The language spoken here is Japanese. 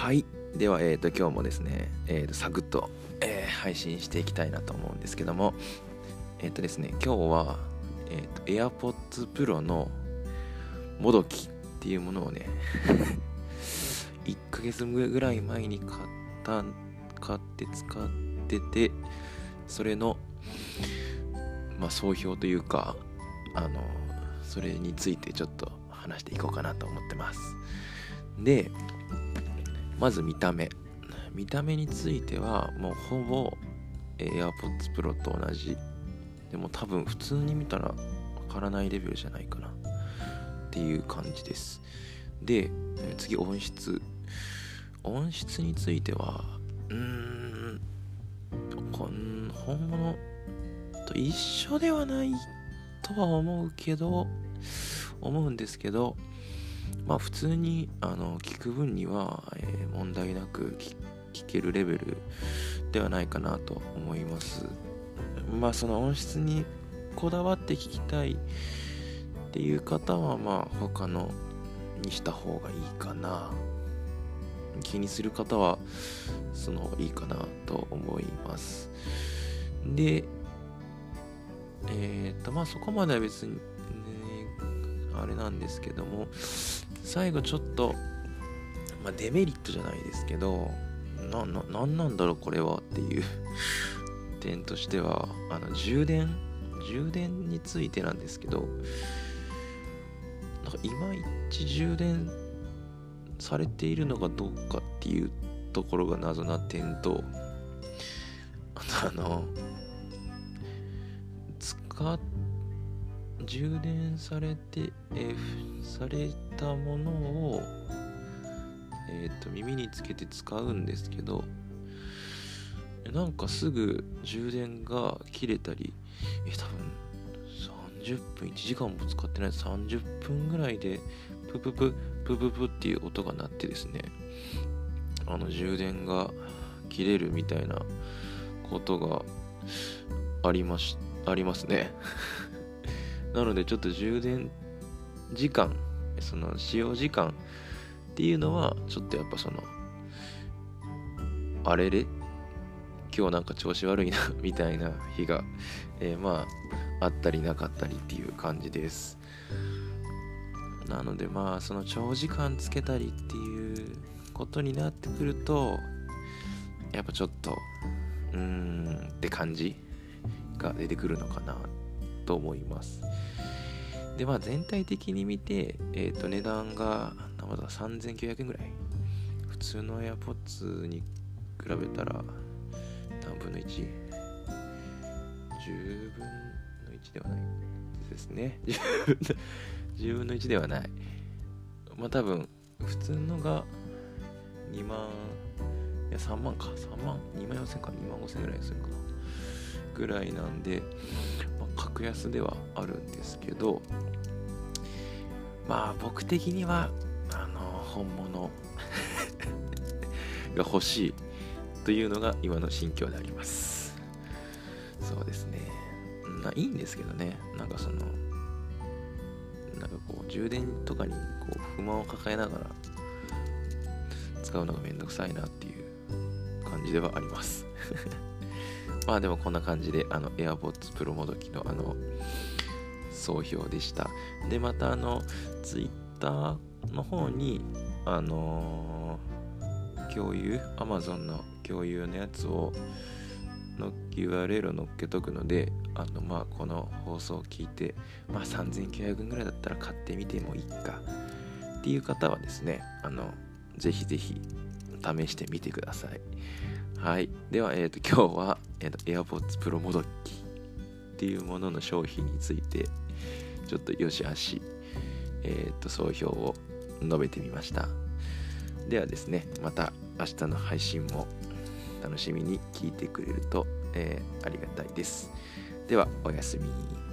はい。では、今日もですね、サクッと、配信していきたいなと思うんですけども、ですね、今日は、AirPods Pro のもどきっていうものをね、1ヶ月ぐらい前に買って使ってて、それの、総評というか、それについてちょっと話していこうかなと思ってます。で、まず見た目についてはもうほぼ AirPods Pro と同じでも多分普通に見たらわからないレベルじゃないかなっていう感じです。で、次音質については本物と一緒ではないとは思うんですけど、普通に聞く分には、問題なく聞けるレベルではないかなと思います。その音質にこだわって聞きたいっていう方は他のにした方がいいかな。気にする方はその方がいいかなと思います。で、そこまでは別に、あれなんですけども、最後ちょっと、デメリットじゃないですけど、なんなんだろうこれはっていう点としては、充電についてなんですけど、いまいち充電されているのかどうかっていうところが謎な点と、充電されたものを、耳につけて使うんですけど、なんかすぐ充電が切れたり、多分30分1時間も使ってない30分ぐらいでププププププっていう音が鳴ってですね、充電が切れるみたいなことがありますね。なのでちょっと充電時間、その使用時間っていうのはちょっとやっぱ今日なんか調子悪いなみたいな日が、あったりなかったりっていう感じです。なのでその長時間つけたりっていうことになってくると、やっぱちょっとって感じが出てくるのかなと思います。で全体的に見て、値段が3900円ぐらい、普通の AirPods に比べたら何分の 1？ 10分の1ではないですね。10分の1ではない。多分普通のが2万、3万か、3万、2万4000か、2万5000ぐらいするかなぐらいなんで、格安ではあるんですけど、僕的には本物が欲しいというのが今の心境であります。そうですね。いいんですけどね、充電とかに不満を抱えながら使うのがめんどくさいなっていう感じではあります。でもこんな感じでAirPods Pro もどきの総評でした。でまたTwitter の方にAmazon の共有のやつの URL を載っけとくので、この放送を聞いて3900円ぐらいだったら買ってみてもいいかっていう方はですね、ぜひぜひ試してみてください。はい。では、今日は、AirPods Pro もどきっていうものの商品についてちょっとよしあし、総評を述べてみました。ではですね、また明日の配信も楽しみに聞いてくれると、ありがたいです。では、おやすみ。